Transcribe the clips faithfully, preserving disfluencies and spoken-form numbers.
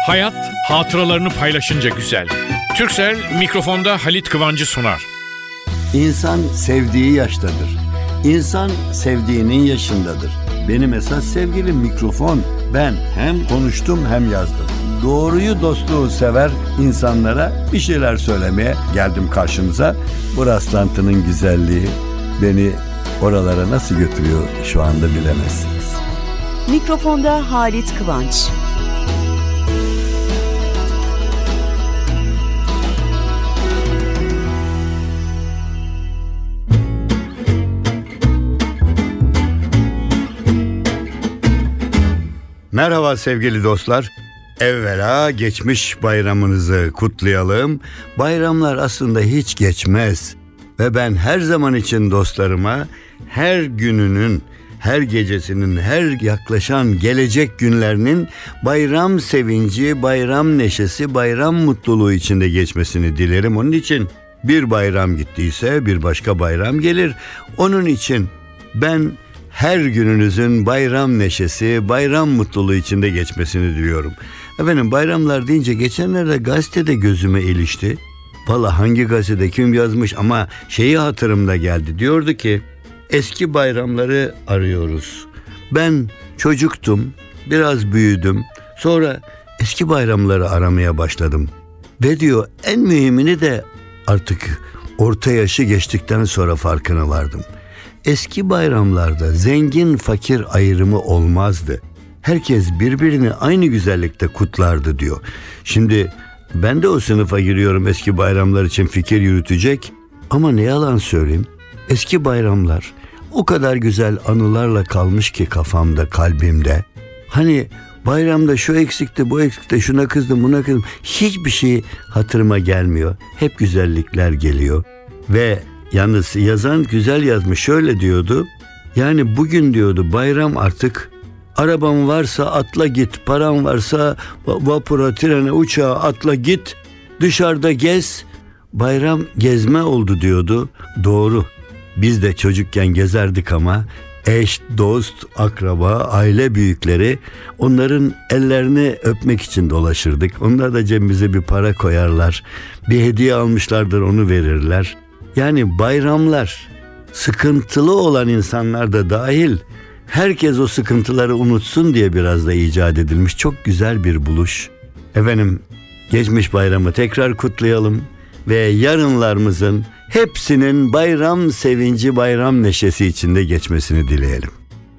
Hayat hatıralarını paylaşınca güzel. Turkcell mikrofonda Halit Kıvancı sunar. İnsan sevdiği yaştadır. İnsan sevdiğinin yaşındadır. Benim esas sevgilim mikrofon. Ben hem konuştum hem yazdım. Doğruyu, dostluğu sever insanlara bir şeyler söylemeye geldim karşınıza. Bu rastlantının güzelliği beni oralara nasıl götürüyor şu anda bilemezsiniz. Mikrofonda Halit Kıvanç. Merhaba sevgili dostlar. Evvela geçmiş bayramınızı kutlayalım. Bayramlar aslında hiç geçmez. Ve ben her zaman için dostlarıma her gününün, her gecesinin, her yaklaşan gelecek günlerinin bayram sevinci, bayram neşesi, bayram mutluluğu içinde geçmesini dilerim. Onun için bir bayram gittiyse bir başka bayram gelir. Onun için ben her gününüzün bayram neşesi, bayram mutluluğu içinde geçmesini diliyorum. Efendim bayramlar deyince geçenlerde gazetede gözüme ilişti. Valla hangi gazetede kim yazmış ama şeyi hatırımda geldi. Diyordu ki eski bayramları arıyoruz. Ben çocuktum, biraz büyüdüm. Sonra eski bayramları aramaya başladım. Ve diyor en mühimini de artık orta yaşı geçtikten sonra farkına vardım. Eski bayramlarda zengin fakir ayrımı olmazdı. Herkes birbirini aynı güzellikte kutlardı diyor. Şimdi ben de o sınıfa giriyorum eski bayramlar için fikir yürütecek. Ama ne yalan söyleyeyim, eski bayramlar o kadar güzel anılarla kalmış ki kafamda, kalbimde. Hani bayramda şu eksikti, bu eksikti, şuna kızdım, buna kızdım. Hiçbir şey hatırıma gelmiyor. Hep güzellikler geliyor. Ve yalnız yazan güzel yazmış, şöyle diyordu. Yani bugün diyordu bayram artık araban varsa atla git, paran varsa vapura, trene, uçağa atla git, dışarıda gez. Bayram gezme oldu diyordu. Doğru. Biz de çocukken gezerdik ama eş, dost, akraba, aile büyükleri, onların ellerini öpmek için dolaşırdık. Onlar da cebimize bir para koyarlar. Bir hediye almışlardır, onu verirler. Yani bayramlar sıkıntılı olan insanlar da dahil herkes o sıkıntıları unutsun diye biraz da icat edilmiş. Çok güzel bir buluş. Efendim geçmiş bayramı tekrar kutlayalım ve yarınlarımızın hepsinin bayram sevinci, bayram neşesi içinde geçmesini dileyelim.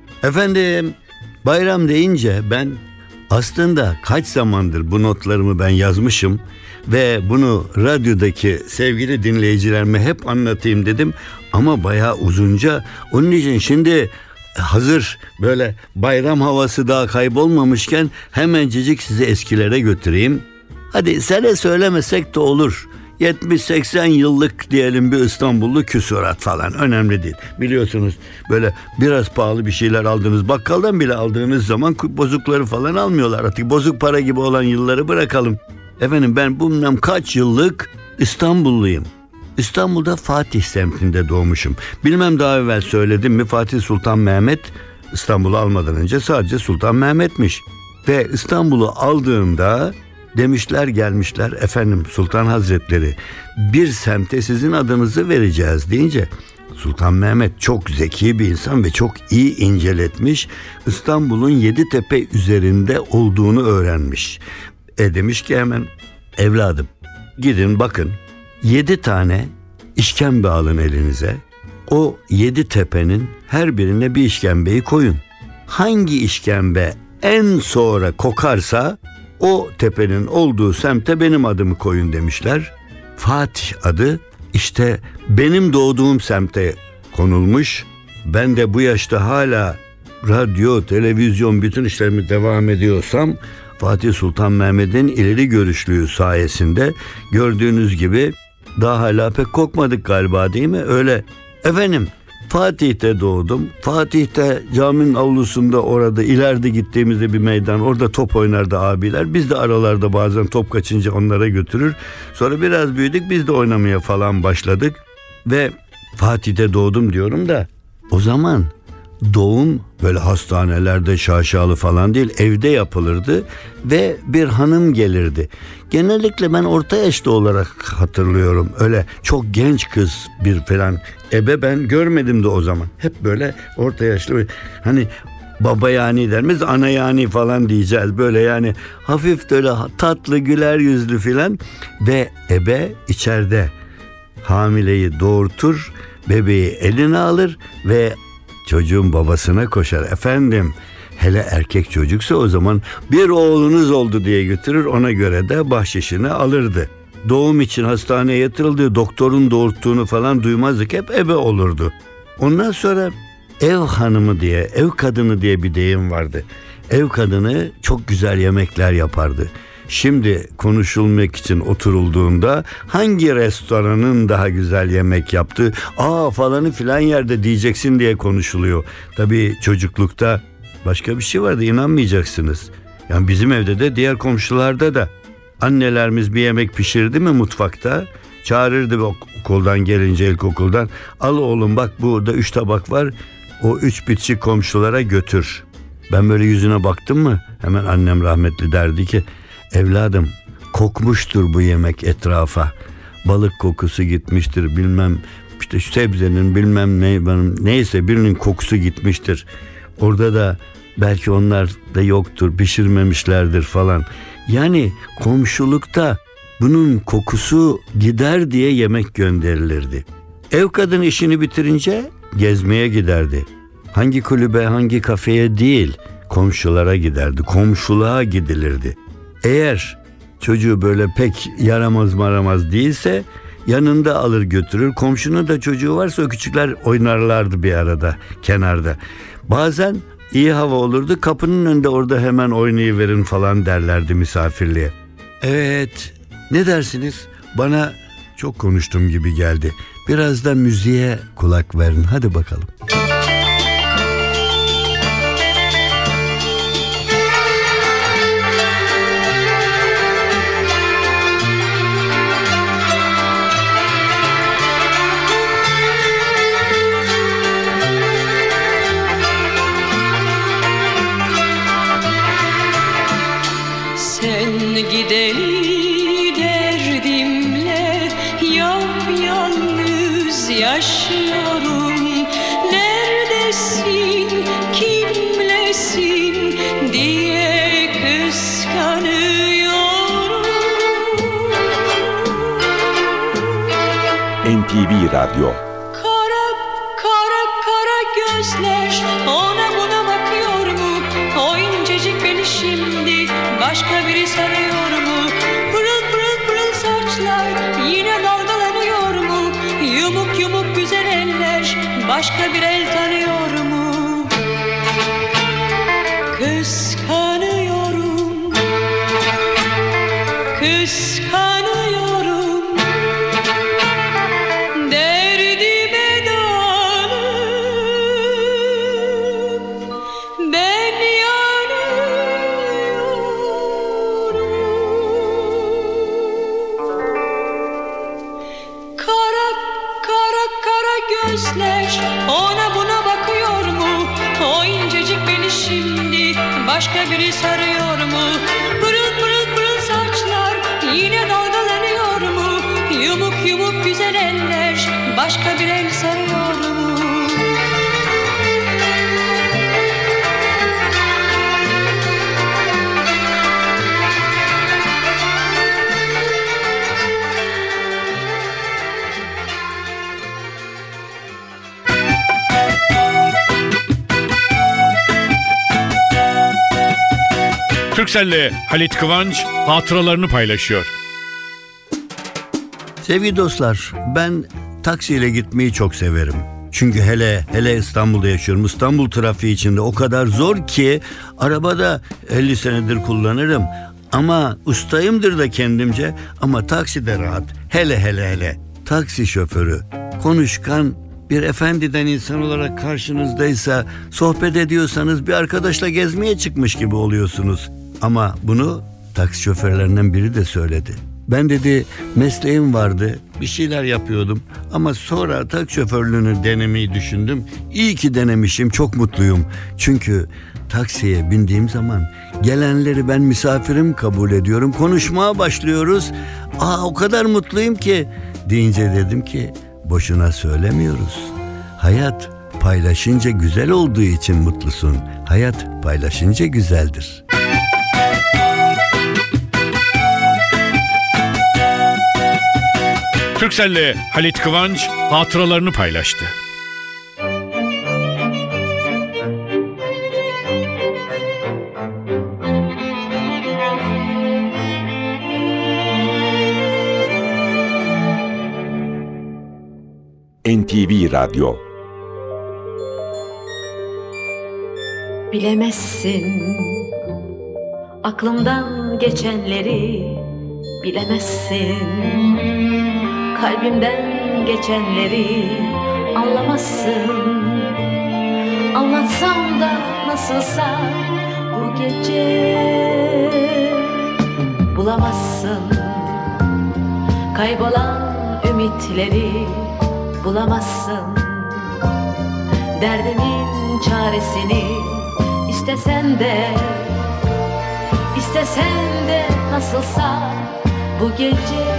Efendim bayram deyince ben aslında kaç zamandır bu notlarımı ben yazmışım ve bunu radyodaki sevgili dinleyicilerime hep anlatayım dedim ama bayağı uzunca. Onun için şimdi hazır böyle bayram havası daha kaybolmamışken hemencecik sizi eskilere götüreyim. Hadi sene söylemesek de olur. yetmiş seksen yıllık diyelim bir İstanbullu küsurat falan, önemli değil. Biliyorsunuz böyle biraz pahalı bir şeyler aldınız, bakkaldan bile aldığınız zaman bozukları falan almıyorlar. Artık bozuk para gibi olan yılları bırakalım. Efendim ben bundan kaç yıllık İstanbulluyum. İstanbul'da Fatih semtinde doğmuşum. Bilmem daha evvel söyledim mi, Fatih Sultan Mehmet İstanbul'u almadan önce sadece Sultan Mehmet'miş. Ve İstanbul'u aldığında demişler, gelmişler, efendim Sultan Hazretleri bir semte sizin adınızı vereceğiz deyince Sultan Mehmet çok zeki bir insan ve çok iyi inceletmiş. İstanbul'un Yeditepe üzerinde olduğunu öğrenmiş. E demiş ki hemen evladım gidin bakın, yedi tane işkembe alın elinize. O yedi tepenin her birine bir işkembeyi koyun. Hangi işkembe en sonra kokarsa o tepenin olduğu semte benim adımı koyun demişler. Fatih adı işte benim doğduğum semte konulmuş. Ben de bu yaşta hala radyo, televizyon bütün işlerimi devam ediyorsam Fatih Sultan Mehmet'in ileri görüşlüğü sayesinde gördüğünüz gibi daha hala pek kokmadık galiba, değil mi? Öyle. Efendim Fatih'te doğdum. Fatih'te caminin avlusunda, orada ileride gittiğimizde bir meydan, orada top oynardı abiler. Biz de aralarda bazen top kaçınca onlara götürür. Sonra biraz büyüdük, biz de oynamaya falan başladık. Ve Fatih'te doğdum diyorum da o zaman doğum böyle hastanelerde şaşalı falan değil, evde yapılırdı ve bir hanım gelirdi. Genellikle ben orta yaşlı olarak hatırlıyorum. Öyle çok genç kız bir falan ebe ben görmedim de o zaman. Hep böyle orta yaşlı, hani baba yani der miyiz, ana yani falan diyeceğiz. Böyle yani hafif böyle tatlı güler yüzlü filan ve ebe içeride hamileyi doğurtur, bebeği eline alır ve çocuğun babasına koşar. Efendim, hele erkek çocuksa o zaman bir oğlunuz oldu diye götürür, ona göre de bahşişini alırdı. Doğum için hastaneye yatırıldığı, doktorun doğurttuğunu falan duymazdık, hep ebe olurdu. Ondan sonra ev hanımı diye, ev kadını diye bir deyim vardı. Ev kadını çok güzel yemekler yapardı. Şimdi konuşulmak için oturulduğunda hangi restoranın daha güzel yemek yaptığı, aa falanı filan yerde diyeceksin diye konuşuluyor. Tabii çocuklukta başka bir şey vardı, inanmayacaksınız. Yani bizim evde de diğer komşularda da annelerimiz bir yemek pişirdi mi mutfakta, çağırırdı okuldan gelince, ilkokuldan, al oğlum bak burada üç tabak var, o üç bitişik komşulara götür. Ben böyle yüzüne baktım mı hemen annem rahmetli derdi ki, evladım kokmuştur bu yemek etrafa, balık kokusu gitmiştir, bilmem işte sebzenin bilmem ne, neyse birinin kokusu gitmiştir. Orada da belki onlar da yoktur, pişirmemişlerdir falan. Yani komşulukta bunun kokusu gider diye yemek gönderilirdi. Ev kadını işini bitirince gezmeye giderdi. Hangi kulübe, hangi kafeye değil, komşulara giderdi. Komşuluğa gidilirdi. Eğer çocuğu böyle pek yaramaz maramaz değilse yanında alır götürür. Komşunun da çocuğu varsa o küçükler oynarlardı bir arada kenarda. Bazen iyi hava olurdu, kapının önünde orada hemen oynayıverin falan derlerdi misafirliğe. Evet, ne dersiniz? Bana çok konuştum gibi geldi. Biraz da müziğe kulak verin, hadi bakalım. Sen gideli derdimle yapyalnız yaşıyorum. Neredesin, kimlesin diye kıskanıyorum. N T V Radyo. Kara kara kara gözler ona buna bakıyor mu? O incecik beni şimdi başka biri sarıyor mu? Pırıl pırıl pırıl saçlar yine dalgalanıyor mu? Yumuk yumuk güzel eller başka bir el tanıyor mu? Kıskanıyorum, kıskanıyorum. Derdime dalıp ben kara kara kara gözler ona buna bakıyor mu? O incecik beni şimdi başka biri sarıyor mu? Pırıl pırıl pırıl saçlar yine dalgalanıyor mu? Yumuk yumuk güzel eller başka bir el sarıyor mu? Turkcell'le Halit Kıvanç hatıralarını paylaşıyor. Sevgili dostlar, ben taksiyle gitmeyi çok severim. Çünkü hele hele İstanbul'da yaşıyorum. İstanbul trafiği içinde o kadar zor ki arabada elli senedir kullanırım. Ama ustayımdır da kendimce, ama takside rahat. Hele hele hele. Taksi şoförü konuşkan bir efendiden insan olarak karşınızdaysa, sohbet ediyorsanız bir arkadaşla gezmeye çıkmış gibi oluyorsunuz. Ama bunu taksi şoförlerinden biri de söyledi. Ben dedi mesleğim vardı, bir şeyler yapıyordum ama sonra tak şoförlüğünü denemeyi düşündüm. İyi ki denemişim, çok mutluyum. Çünkü taksiye bindiğim zaman gelenleri ben misafirim kabul ediyorum. Konuşmaya başlıyoruz. Aa o kadar mutluyum ki deyince dedim ki boşuna söylemiyoruz. Hayat paylaşınca güzel olduğu için mutlusun. Hayat paylaşınca güzeldir. Turkcell'le Halit Kıvanç hatıralarını paylaştı. N T V Radyo. Bilemezsin aklımdan geçenleri, bilemezsin kalbimden geçenleri, anlamazsın. Anlatsam da nasılsa bu gece bulamazsın. Kaybolan ümitleri bulamazsın. Derdimin çaresini istesen de, istesen de nasılsa bu gece.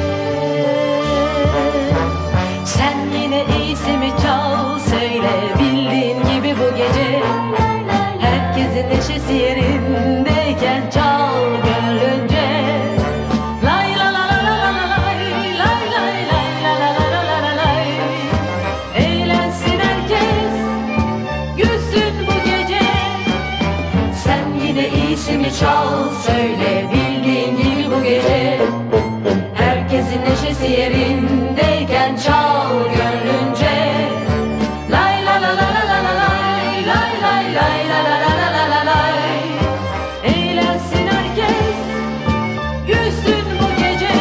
Sen yine iyisi mi çal söyle, bildiğin gibi bu gece. Herkesin neşesi yerindeyken çal gönlünce. Lay la la la la la lay, lay lay lay la la la la la lay. Eğlensin herkes, gülsün bu gece. Sen yine iyisi mi çal söyle, bildiğin gibi bu gece. Herkesin neşesi yerindeyken çal gönlünce. Lay la la la la la la lay, lay lay lay la la la la la lay. Eğlensin herkes, gülsün bu gece.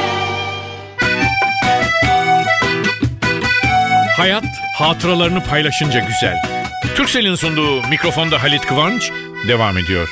Hayat hatıralarını paylaşınca güzel. Turkcell'in sunduğu Mikrofonda Halit Kıvanç devam ediyor.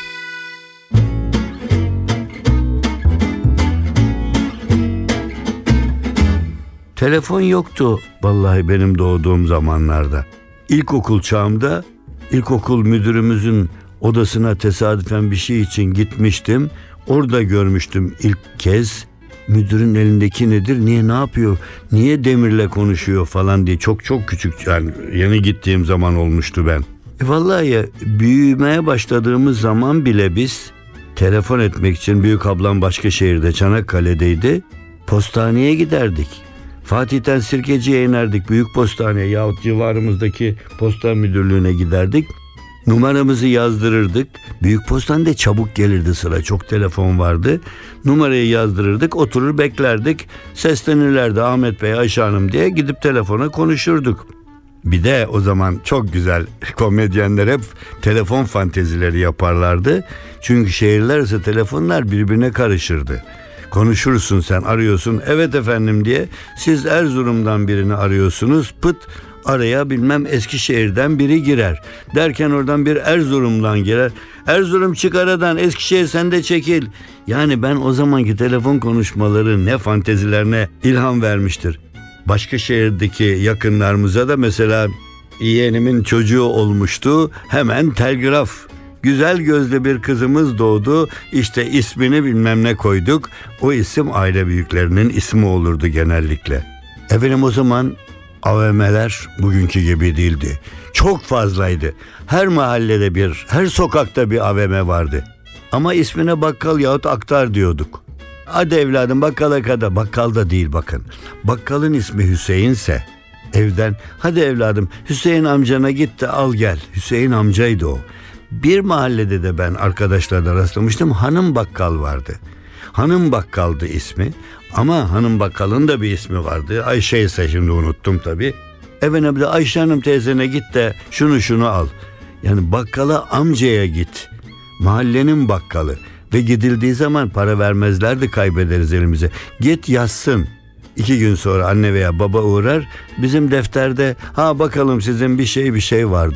Telefon yoktu vallahi benim doğduğum zamanlarda. İlkokul çağımda ilkokul müdürümüzün odasına tesadüfen bir şey için gitmiştim. Orada görmüştüm ilk kez. Müdürün elindeki nedir, niye, ne yapıyor, niye demirle konuşuyor falan diye. Çok çok küçük, yani yeni gittiğim zaman olmuştu ben. E vallahi ya, büyümeye başladığımız zaman bile biz telefon etmek için, büyük ablam başka şehirde, Çanakkale'deydi, postaneye giderdik. Fatih'ten Sirkeci'ye inerdik, büyük postaneye yahut civarımızdaki posta müdürlüğüne giderdik. Numaramızı yazdırırdık. Büyük postanede çabuk gelirdi sıra. Çok telefon vardı. Numarayı yazdırırdık. Oturur beklerdik. Seslenirlerdi Ahmet Bey, Ayşe Hanım diye, gidip telefona konuşurduk. Bir de o zaman çok güzel komedyenler hep telefon fantezileri yaparlardı. Çünkü şehirler arası telefonlar birbirine karışırdı. Konuşursun, sen arıyorsun, evet efendim diye. Siz Erzurum'dan birini arıyorsunuz, pıt araya bilmem Eskişehir'den biri girer. Derken oradan bir Erzurum'dan girer. Erzurum çık aradan, Eskişehir sen de çekil. Yani ben o zamanki telefon konuşmaları ne fantezilerine ilham vermiştir. Başka şehirdeki yakınlarımıza da mesela yeğenimin çocuğu olmuştu. Hemen telgraf. Güzel gözlü bir kızımız doğdu. İşte ismini bilmem ne koyduk. O isim aile büyüklerinin ismi olurdu genellikle. Efendim o zaman A V M'ler bugünkü gibi değildi. Çok fazlaydı. Her mahallede bir, her sokakta bir A V M vardı. Ama ismine bakkal yahut aktar diyorduk. Hadi evladım bakkala kadar. Bakkal da değil bakın. Bakkalın ismi Hüseyin'se evden, hadi evladım Hüseyin amcana git de al gel. Hüseyin amcaydı o. Bir mahallede de ben arkadaşlarla rastlamıştım. Hanım bakkal vardı. Hanım bakkaldı ismi. Ama hanım bakkalın da bir ismi vardı. Ayşe ise şimdi unuttum tabii. Efendim de Ayşe Hanım teyzene git de şunu şunu al. Yani bakkala amcaya git. Mahallenin bakkalı. Ve gidildiği zaman para vermezlerdi, kaybederiz elimize. Git yazsın. İki gün sonra anne veya baba uğrar. Bizim defterde ha bakalım sizin bir şey bir şey vardı.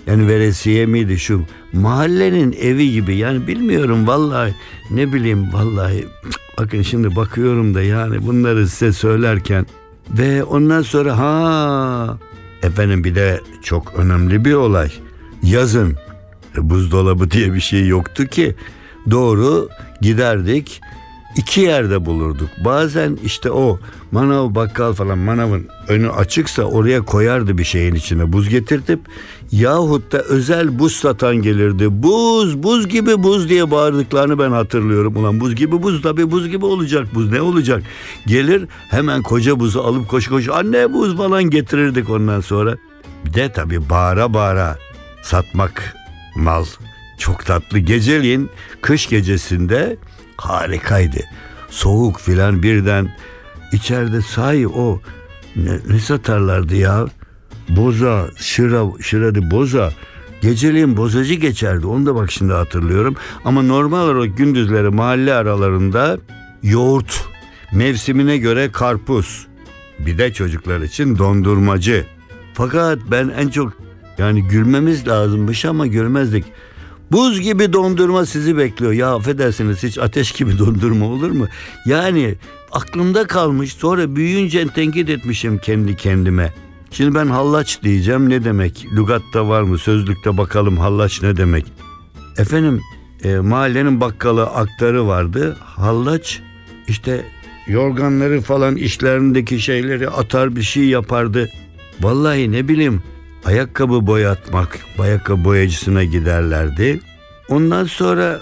Yani veresiye miydi şu mahallenin evi gibi, yani bilmiyorum vallahi, ne bileyim vallahi. Bakın şimdi bakıyorum da yani bunları size söylerken ve ondan sonra ha efendim bir de çok önemli bir olay. Yazın buzdolabı diye bir şey yoktu ki, doğru giderdik, iki yerde bulurduk. Bazen işte o manav bakkal falan, manavın önü açıksa oraya koyardı bir şeyin içine buz getirtip, yahut da özel buz satan gelirdi. Buz, buz gibi buz diye bağırdıklarını ben hatırlıyorum. Ulan buz gibi buz, tabii buz gibi olacak, buz ne olacak? Gelir hemen koca buzu alıp koş koş anne buz falan getirirdik ondan sonra. Bir de tabii bağıra bağıra satmak mal. Çok tatlı. Geceliğin kış gecesinde harikaydı. Soğuk filan, birden içeride sahi o ne, ne satarlardı ya? Boza, şıra, şıradı boza. Geceliğin bozacı geçerdi. Onu da bak şimdi hatırlıyorum. Ama normal olarak gündüzleri mahalle aralarında yoğurt, mevsimine göre karpuz. Bir de çocuklar için dondurmacı. Fakat ben en çok, yani gülmemiz lazımmış ama gülmezdik. Buz gibi dondurma sizi bekliyor. Ya affedersiniz, hiç ateş gibi dondurma olur mu? Yani aklımda kalmış, sonra büyüyünce tenkit etmişim kendi kendime. Şimdi ben hallaç diyeceğim, ne demek? Lügatta var mı? Sözlükte bakalım hallaç ne demek? Efendim e, mahallenin bakkalı aktarı vardı. Hallaç işte yorganları falan, işlerindeki şeyleri atar, bir şey yapardı. Vallahi ne bileyim, ayakkabı boyatmak, ayakkabı boyacısına giderlerdi. Ondan sonra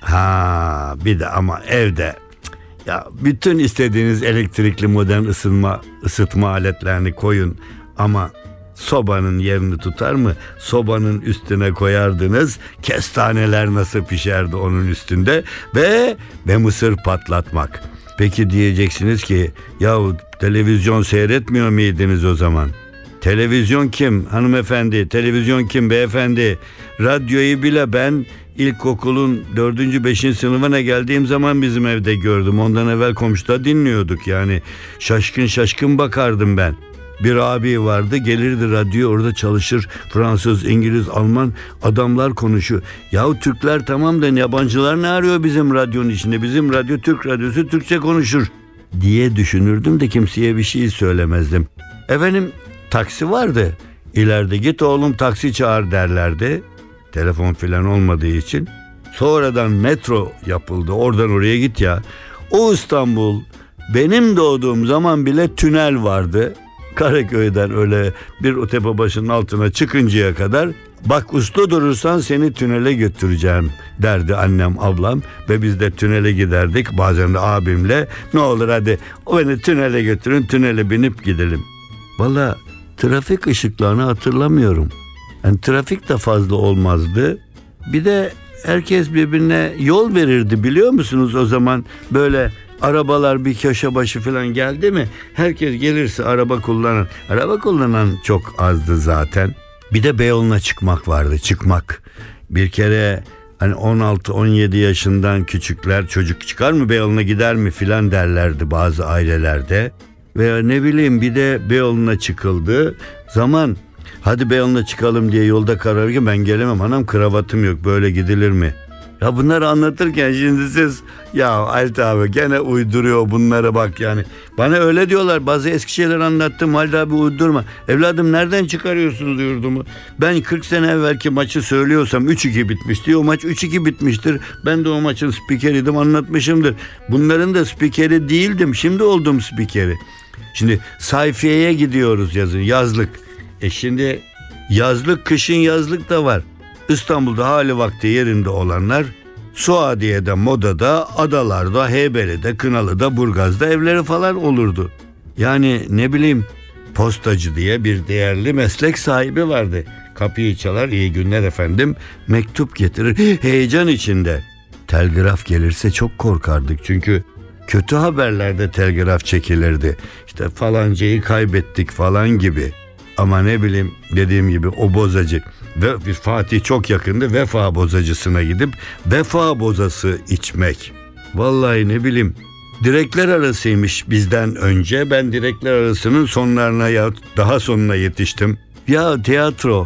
ha bir de ama evde ya bütün istediğiniz elektrikli modern ısınma ısıtma aletlerini koyun ama sobanın yerini tutar mı? Sobanın üstüne koyardınız, kestaneler nasıl pişerdi onun üstünde ve ve mısır patlatmak. Peki diyeceksiniz ki yahu televizyon seyretmiyor muydunuz o zaman? Televizyon kim hanımefendi? Televizyon kim beyefendi? Radyoyu bile ben ilkokulun dördüncü beşinci sınıfına geldiğim zaman bizim evde gördüm. Ondan evvel komşuda dinliyorduk yani. Şaşkın şaşkın bakardım ben. Bir abi vardı, gelirdi radyo, orada çalışır. Fransız, İngiliz, Alman adamlar konuşuyor. Yahu Türkler tamam da yabancılar ne arıyor bizim radyonun içinde? Bizim radyo Türk radyosu, Türkçe konuşur diye düşünürdüm de kimseye bir şey söylemezdim. Efendim taksi vardı. İleride git oğlum taksi çağır derlerdi. Telefon filan olmadığı için. Sonradan metro yapıldı. Oradan oraya git ya. O İstanbul, benim doğduğum zaman bile tünel vardı. Karaköy'den öyle bir o tepe başının altına çıkıncaya kadar, bak uslu durursan seni tünele götüreceğim derdi annem, ablam ve biz de tünele giderdik. Bazen de abimle, ne olur hadi o beni tünele götürün, tünele binip gidelim. Valla trafik ışıklarını hatırlamıyorum. Yani trafik de fazla olmazdı. Bir de herkes birbirine yol verirdi, biliyor musunuz o zaman? Böyle arabalar bir köşe başı falan geldi mi, herkes gelirse araba kullanan, araba kullanan çok azdı zaten. Bir de Beyoğlu'na çıkmak vardı, çıkmak. Bir kere hani on altı on yedi yaşından küçükler, çocuk çıkar mı Beyoğlu'na, gider mi filan derlerdi bazı ailelerde. Veya ne bileyim, bir de Beyoğlu'na çıkıldı zaman, hadi Beyoğlu'na çıkalım diye yolda karar verirken ben gelemem anam, kravatım yok, böyle gidilir mi? Ya bunları anlatırken şimdi siz ya Halit abi gene uyduruyor bunları bak yani. Bana öyle diyorlar, bazı eski şeyler anlattım, Halit abi uydurma. Evladım nereden çıkarıyorsunuz yurdumu? Ben kırk sene evvelki maçı söylüyorsam üç iki bitmişti. O maç üç iki bitmiştir. Ben de o maçın spikeriydim, anlatmışımdır. Bunların da spikeri değildim. Şimdi oldum spikeri. Şimdi sayfiyeye gidiyoruz yazın, yazlık. E şimdi yazlık, kışın yazlık da var. İstanbul'da hali vakti yerinde olanlar Suadiye'de, Moda'da, Adalar'da, Heybeli'de, Kınalı'da, Burgaz'da evleri falan olurdu. Yani ne bileyim, postacı diye bir değerli meslek sahibi vardı. Kapıyı çalar, iyi günler efendim, mektup getirir, heyecan içinde. Telgraf gelirse çok korkardık çünkü kötü haberlerde telgraf çekilirdi. İşte falancayı kaybettik falan gibi. Ama ne bileyim, dediğim gibi o bozacı ve Fatih çok yakındı, vefa bozacısına gidip vefa bozası içmek. Vallahi ne bileyim, direkler arasıymış bizden önce, ben direkler arasının sonlarına ya daha sonuna yetiştim. Ya tiyatro,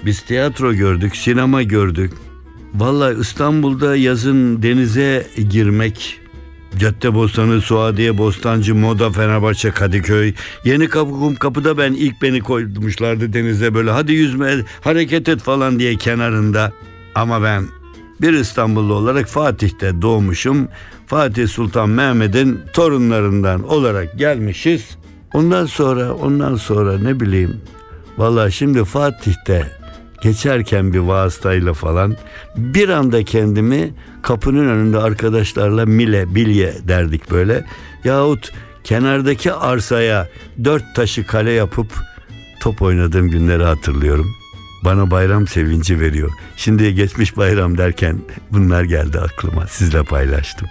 Biz tiyatro gördük, sinema gördük. Vallahi İstanbul'da yazın denize girmek, Caddebostanı, Suadiye, Bostancı, Moda, Fenerbahçe, Kadıköy, Yenikapı, Kumkapı'da ben ilk beni koymuşlardı denize, böyle hadi yüzme, hareket et falan diye kenarında. Ama ben bir İstanbullu olarak Fatih'te doğmuşum. Fatih Sultan Mehmet'in torunlarından olarak gelmişiz. Ondan sonra ondan sonra ne bileyim. Vallahi şimdi Fatih'te geçerken bir vasıtayla falan bir anda kendimi kapının önünde arkadaşlarla mile bilye derdik böyle. Yahut kenardaki arsaya dört taşı kale yapıp top oynadığım günleri hatırlıyorum. Bana bayram sevinci veriyor. Şimdi geçmiş bayram derken bunlar geldi aklıma. Sizle paylaştım.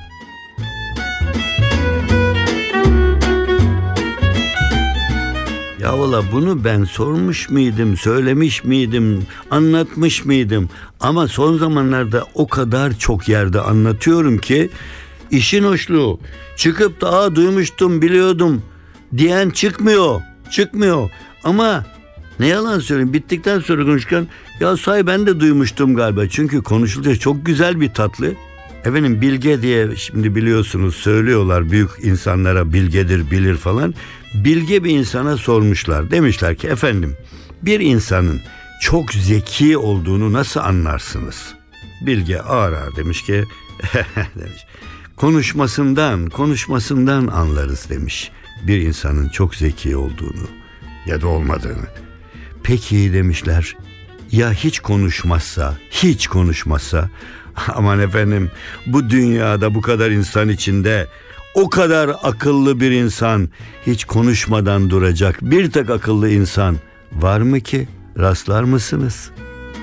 Ya valla bunu ben sormuş muydum, söylemiş miydim, anlatmış mıydım? Ama son zamanlarda o kadar çok yerde anlatıyorum ki işin hoşluğu. Çıkıp da aa duymuştum, biliyordum diyen çıkmıyor, çıkmıyor. Ama ne yalan söyleyeyim, bittikten sonra konuşurken ya say ben de duymuştum galiba. Çünkü konuşulacak çok güzel bir tatlı. Efendim bilge diye şimdi biliyorsunuz söylüyorlar büyük insanlara, bilgedir, bilir falan. Bilge bir insana sormuşlar. Demişler ki efendim bir insanın çok zeki olduğunu nasıl anlarsınız? Bilge ağır ağır demiş ki demiş, konuşmasından konuşmasından anlarız demiş. Bir insanın çok zeki olduğunu ya da olmadığını. Peki demişler, ya hiç konuşmazsa, hiç konuşmazsa? Aman efendim, bu dünyada bu kadar insan içinde o kadar akıllı bir insan hiç konuşmadan duracak bir tek akıllı insan var mı ki? Rastlar mısınız?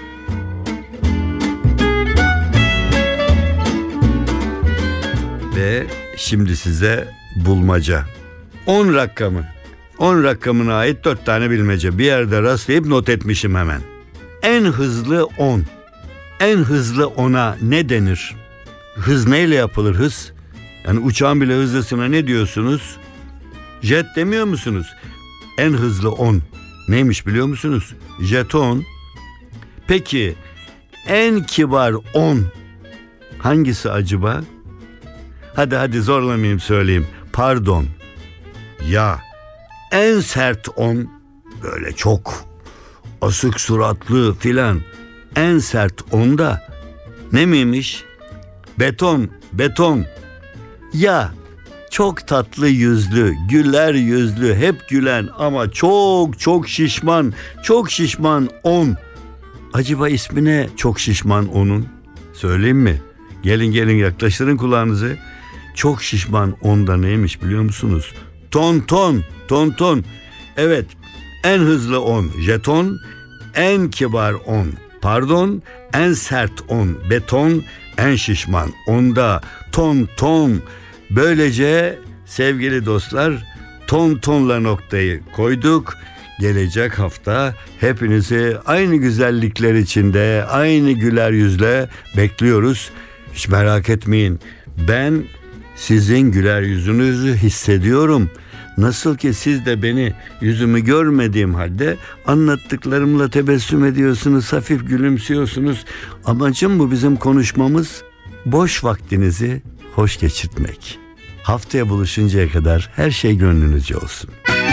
Ve şimdi size bulmaca. on rakamı. on rakamına ait dört tane bilmece. Bir yerde rastlayıp not etmişim hemen. En hızlı on. En hızlı ona ne denir? Hız neyle yapılır hız? Yani uçağın bile hızlısına ne diyorsunuz? Jet demiyor musunuz? En hızlı on. Neymiş biliyor musunuz? Jeton. Peki en kibar on hangisi acaba? Hadi hadi zorlamayayım söyleyeyim. Pardon. Ya en sert on, böyle çok asık suratlı filan, en sert onda ne miymiş? Beton, beton. Ya çok tatlı yüzlü, güler yüzlü, hep gülen ama çok çok şişman, çok şişman on. Acaba ismi ne çok şişman onun? Söyleyeyim mi? Gelin gelin yaklaştırın kulağınızı. Çok şişman onda neymiş biliyor musunuz? Ton ton, ton ton. Evet, en hızlı on jeton, en kibar on pardon, en sert on beton, en şişman onda ton ton. Böylece sevgili dostlar ton tonla noktayı koyduk. Gelecek hafta hepinizi aynı güzellikler içinde, aynı güler yüzle bekliyoruz. Hiç merak etmeyin, ben sizin güler yüzünüzü hissediyorum. Nasıl ki siz de beni yüzümü görmediğim halde anlattıklarımla tebessüm ediyorsunuz, hafif gülümsüyorsunuz. Amacım bu bizim konuşmamız, boş vaktinizi hoş geçirtmek. Haftaya buluşuncaya kadar her şey gönlünüzce olsun.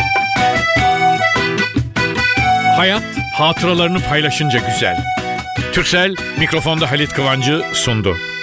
Hayat hatıralarını paylaşınca güzel. Türksel mikrofonda Halit Kıvancı sundu.